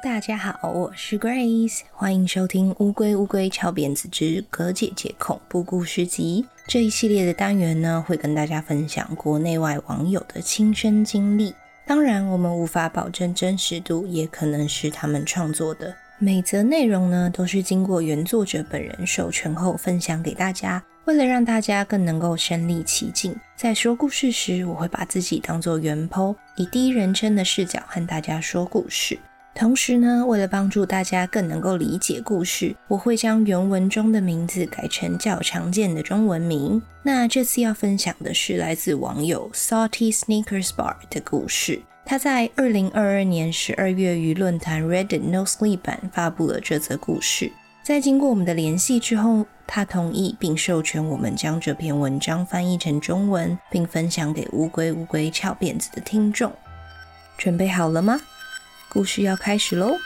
大家好，我是 Grace， 欢迎收听乌龟乌龟翘辫子之葛姐姐恐怖故事集。这一系列的单元呢，会跟大家分享国内外网友的亲身经历。当然，我们无法保证真实度，也可能是他们创作的。每则内容呢，都是经过原作者本人授权后分享给大家。为了让大家更能够身临其境，在说故事时，我会把自己当作原 po， 以第一人称的视角和大家说故事。同时呢，为了帮助大家更能够理解故事，我会将原文中的名字改成较常见的中文名。那这次要分享的是来自网友 Salty Sneakers Bar 的故事。他在2022年12月于论坛 Reddit No Sleep 版发布了这则故事。在经过我们的联系之后，他同意并授权我们将这篇文章翻译成中文，并分享给乌龟乌龟翘辫子的听众。准备好了吗？故事要开始咯。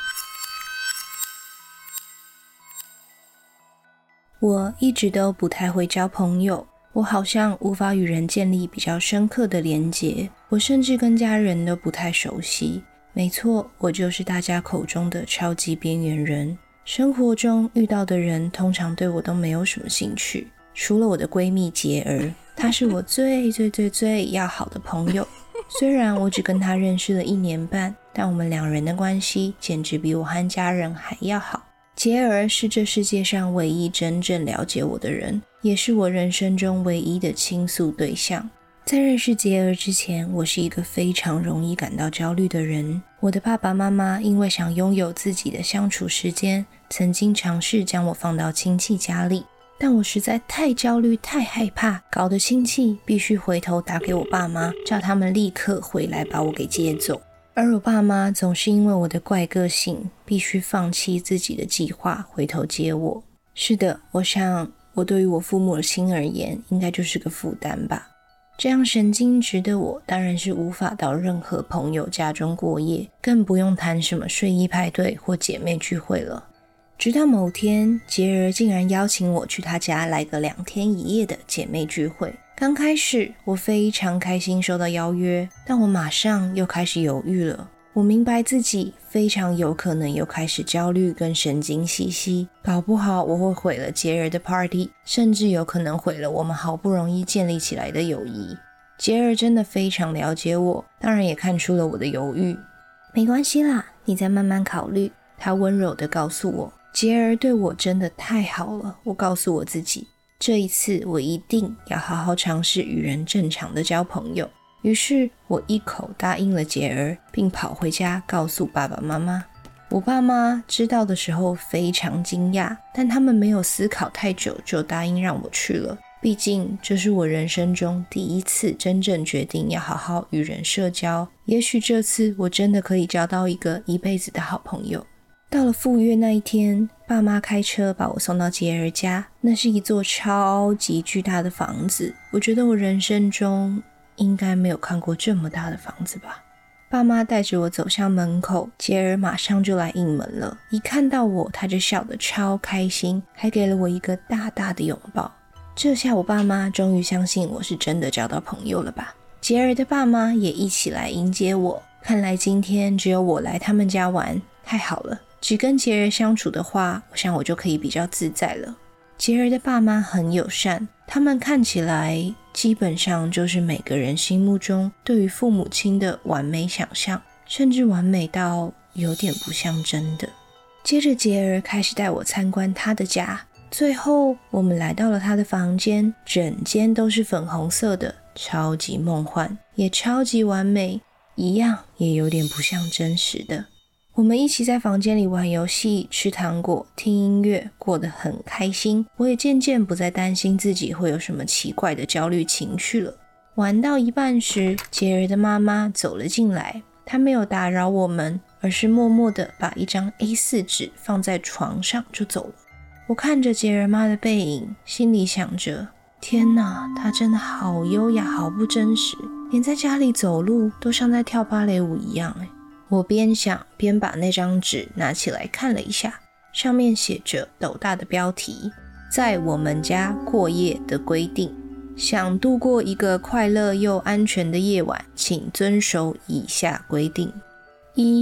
我一直都不太会交朋友，我好像无法与人建立比较深刻的连结，我甚至跟家人都不太熟悉。没错，我就是大家口中的超级边缘人。生活中遇到的人通常对我都没有什么兴趣，除了我的闺蜜杰儿，她是我最要好的朋友。虽然我只跟她认识了1年半，但我们2人的关系简直比我和家人还要好。杰儿是这世界上唯一真正了解我的人，也是我人生中唯一的倾诉对象。在认识杰儿之前，我是一个非常容易感到焦虑的人。我的爸爸妈妈因为想拥有自己的相处时间，曾经尝试将我放到亲戚家里，但我实在太焦虑太害怕，搞得亲戚必须回头打给我爸妈，叫他们立刻回来把我给接走。而我爸妈总是因为我的怪个性，必须放弃自己的计划回头接我。是的，我想我对于我父母的心而言，应该就是个负担吧。这样神经质的我，当然是无法到任何朋友家中过夜，更不用谈什么睡衣派对或姐妹聚会了。直到某天，杰儿竟然邀请我去他家来个2天1夜的姐妹聚会。刚开始我非常开心收到邀约，但我马上又开始犹豫了。我明白自己非常有可能又开始焦虑跟神经兮兮，搞不好我会毁了杰儿的 party， 甚至有可能毁了我们好不容易建立起来的友谊。杰儿真的非常了解我，当然也看出了我的犹豫。没关系啦，你再慢慢考虑，他温柔地告诉我。杰儿对我真的太好了，我告诉我自己，这一次我一定要好好尝试与人正常的交朋友。于是我一口答应了杰儿，并跑回家告诉爸爸妈妈。我爸妈知道的时候非常惊讶，但他们没有思考太久就答应让我去了。毕竟这是我人生中第一次真正决定要好好与人社交，也许这次我真的可以交到一个一辈子的好朋友。到了赴约那一天，爸妈开车把我送到杰儿家，那是一座超级巨大的房子，我觉得我人生中应该没有看过这么大的房子吧。爸妈带着我走向门口，杰儿马上就来应门了。一看到我，他就笑得超开心，还给了我一个大大的拥抱。这下我爸妈终于相信我是真的交到朋友了吧。杰儿的爸妈也一起来迎接我，看来今天只有我来他们家玩，太好了。只跟杰儿相处的话，我想我就可以比较自在了。杰儿的爸妈很友善，他们看起来基本上就是每个人心目中对于父母亲的完美想象，甚至完美到有点不像真的。接着杰儿开始带我参观他的家，最后我们来到了他的房间，整间都是粉红色的，超级梦幻，也超级完美，一样也有点不像真实的。我们一起在房间里玩游戏、吃糖果、听音乐，过得很开心。我也渐渐不再担心自己会有什么奇怪的焦虑情绪了。玩到一半时，杰儿的妈妈走了进来，她没有打扰我们，而是默默地把一张 A4 纸放在床上就走了。我看着杰儿妈的背影，心里想着，天哪，她真的好优雅，好不真实，连在家里走路都像在跳芭蕾舞一样耶。我边想边把那张纸拿起来看了一下，上面写着斗大的标题，在我们家过夜的规定，想度过一个快乐又安全的夜晚，请遵守以下规定：1.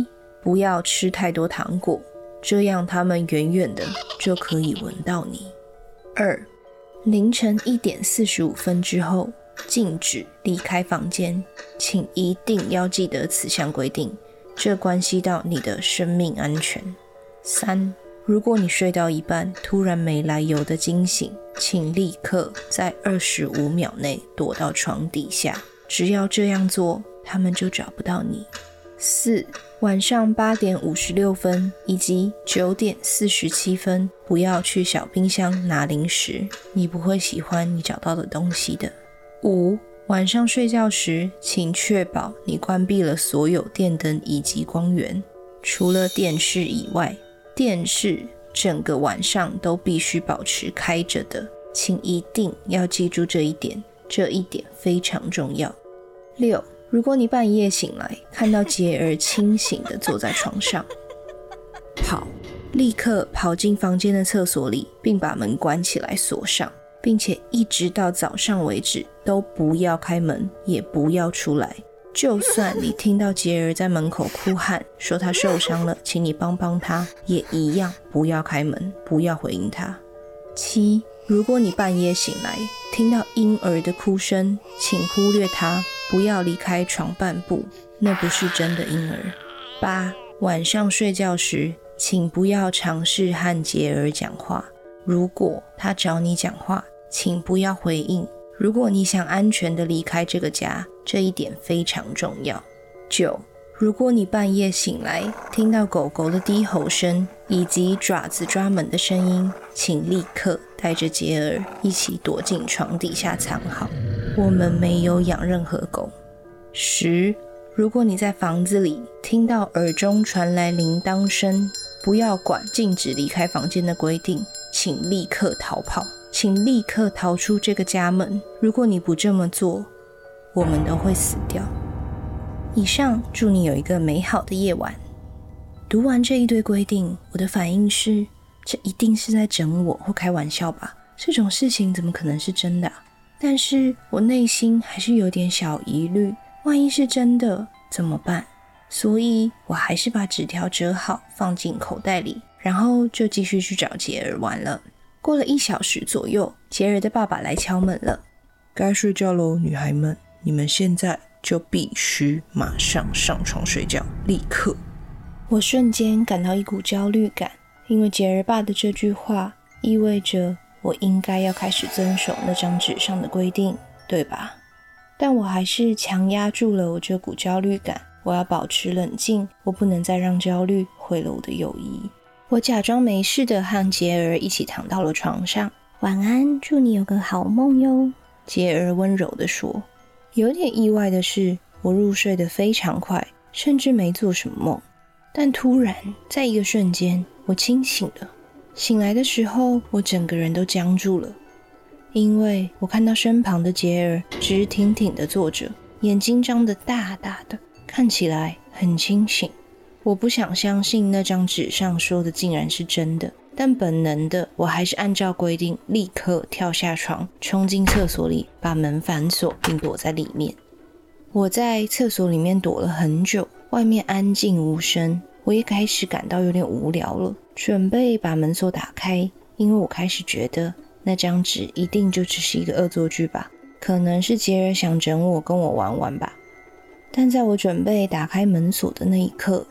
不要吃太多糖果，这样他们远远的就可以闻到你。2. 凌晨1点45分之后禁止离开房间，请一定要记得此项规定，这关系到你的生命安全。3. 如果你睡到一半突然没来由的惊醒，请立刻在25秒内躲到床底下，只要这样做，他们就找不到你。4. 晚上8点56分以及9点47分不要去小冰箱拿零食，你不会喜欢你找到的东西的。5. 晚上睡觉时，请确保你关闭了所有电灯以及光源，除了电视以外，电视整个晚上都必须保持开着的，请一定要记住这一点，这一点非常重要。6. 如果你半夜醒来，看到杰儿清醒地坐在床上，立刻跑进房间的厕所里，并把门关起来锁上，并且一直到早上为止都不要开门，也不要出来。就算你听到杰儿在门口哭喊，说他受伤了，请你帮帮他，也一样不要开门，不要回应他。7. 如果你半夜醒来，听到婴儿的哭声，请忽略他，不要离开床半步，那不是真的婴儿。8. 晚上睡觉时，请不要尝试和杰儿讲话，如果他找你讲话，请不要回应。如果你想安全地离开这个家，这一点非常重要。9. 如果你半夜醒来，听到狗狗的低吼声以及爪子抓门的声音，请立刻带着杰儿一起躲进床底下藏好。我们没有养任何狗。10. 如果你在房子里听到耳中传来铃铛声，不要管禁止离开房间的规定，请立刻逃跑，请立刻逃出这个家门。如果你不这么做，我们都会死掉。以上祝你有一个美好的夜晚。读完这一堆规定，我的反应是，这一定是在整我或开玩笑吧？这种事情怎么可能是真的啊？但是我内心还是有点小疑虑，万一是真的怎么办？所以我还是把纸条折好放进口袋里，然后就继续去找杰儿玩了。过了1小时左右，杰儿的爸爸来敲门了。 该睡觉咯，女孩们，你们现在就必须马上上床睡觉，立刻。 我瞬间感到一股焦虑感，因为杰儿爸的这句话意味着我应该要开始遵守那张纸上的规定，对吧？但我还是强压住了我这股焦虑感，我要保持冷静，我不能再让焦虑毁了我的友谊。我假装没事的和杰儿一起躺到了床上。晚安，祝你有个好梦哟，杰儿温柔地说。有点意外的是，我入睡得非常快，甚至没做什么梦。但突然，在一个瞬间，我清醒了。醒来的时候，我整个人都僵住了，因为我看到身旁的杰儿直挺挺地坐着，眼睛张得大大的，看起来很清醒。我不想相信那张纸上说的竟然是真的，但本能的我还是按照规定立刻跳下床，冲进厕所里，把门反锁并躲在里面。我在厕所里面躲了很久，外面安静无声，我也开始感到有点无聊了，准备把门锁打开，因为我开始觉得那张纸一定就只是一个恶作剧吧，可能是杰儿想整我跟我玩玩吧。但在我准备打开门锁的那一刻，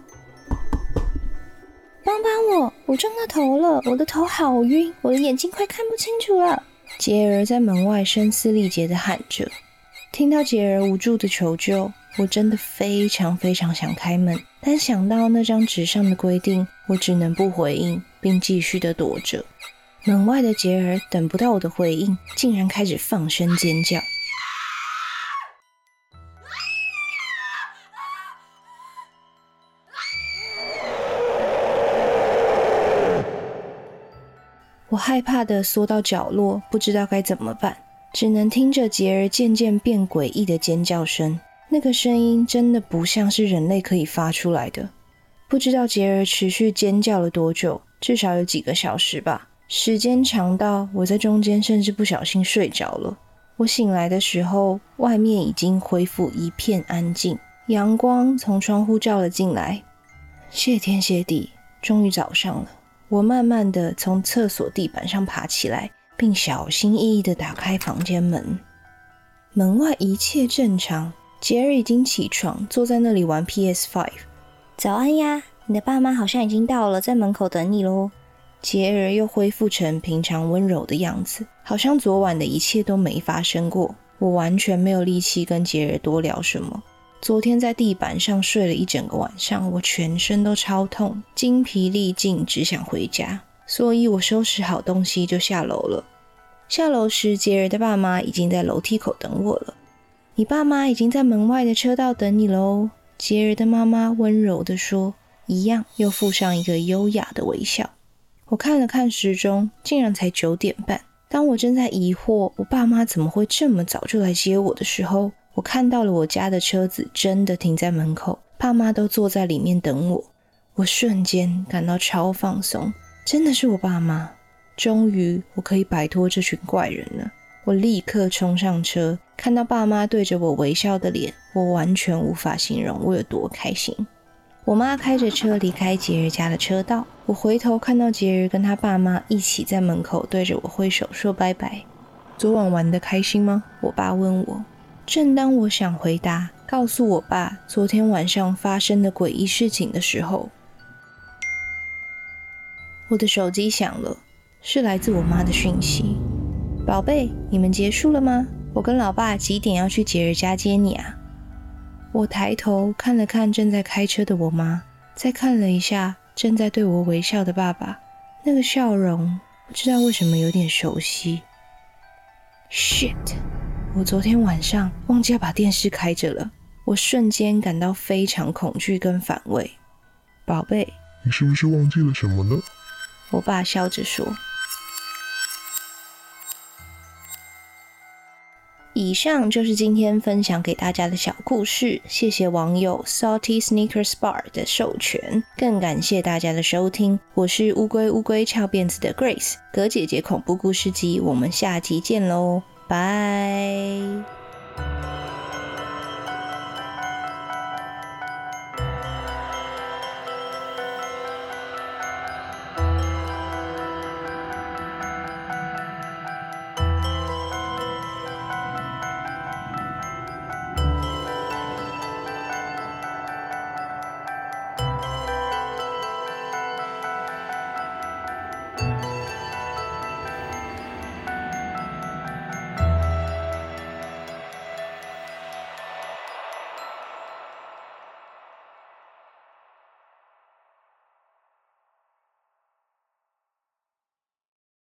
帮帮我，我撞到头了，我的头好晕，我的眼睛快看不清楚了。杰儿在门外声嘶力竭地喊着。听到杰儿无助的求救，我真的非常非常想开门，但想到那张纸上的规定，我只能不回应，并继续的躲着。门外的杰儿等不到我的回应，竟然开始放声尖叫。我害怕的缩到角落，不知道该怎么办，只能听着杰儿渐渐变诡异的尖叫声。那个声音真的不像是人类可以发出来的。不知道杰儿持续尖叫了多久，至少有几个小时吧，时间长到我在中间甚至不小心睡着了。我醒来的时候，外面已经恢复一片安静，阳光从窗户照了进来。 谢天谢地，终于早上了。我慢慢的从厕所地板上爬起来，并小心翼翼的打开房间门。门外一切正常，杰儿已经起床，坐在那里玩 PS5。 早安呀，你的爸妈好像已经到了，在门口等你咯。 杰儿又恢复成平常温柔的样子，好像昨晚的一切都没发生过。我完全没有力气跟杰儿多聊什么。昨天在地板上睡了一整个晚上，我全身都超痛，精疲力尽，只想回家。所以我收拾好东西就下楼了。下楼时，杰儿的爸妈已经在楼梯口等我了。你爸妈已经在门外的车道等你咯。杰儿的妈妈温柔地说，一样又附上一个优雅的微笑。我看了看时钟，竟然才9点半。当我正在疑惑我爸妈怎么会这么早就来接我的时候，我看到了我家的车子真的停在门口，爸妈都坐在里面等我。我瞬间感到超放松，真的是我爸妈。终于我可以摆脱这群怪人了。我立刻冲上车，看到爸妈对着我微笑的脸，我完全无法形容我有多开心。我妈开着车离开杰儿家的车道，我回头看到杰儿跟他爸妈一起在门口对着我挥手说拜拜。昨晚玩得开心吗？我爸问我。正当我想回答，告诉我爸昨天晚上发生的诡异事情的时候，我的手机响了，是来自我妈的讯息。宝贝，你们结束了吗？我跟老爸几点要去杰儿家接你啊？我抬头看了看正在开车的我妈，再看了一下正在对我微笑的爸爸，那个笑容不知道为什么有点熟悉。Shit， 我昨天晚上忘记要把电视开着了。我瞬间感到非常恐惧跟反胃。宝贝， 你是不是忘记了什么呢？ 我爸笑着说。以上就是今天分享给大家的小故事，谢谢网友 Salty Sneakers Bar 的授权，更感谢大家的收听。我是乌龟翘辫子的 Grace， 葛姐姐恐怖故事集，我们下集见咯，拜。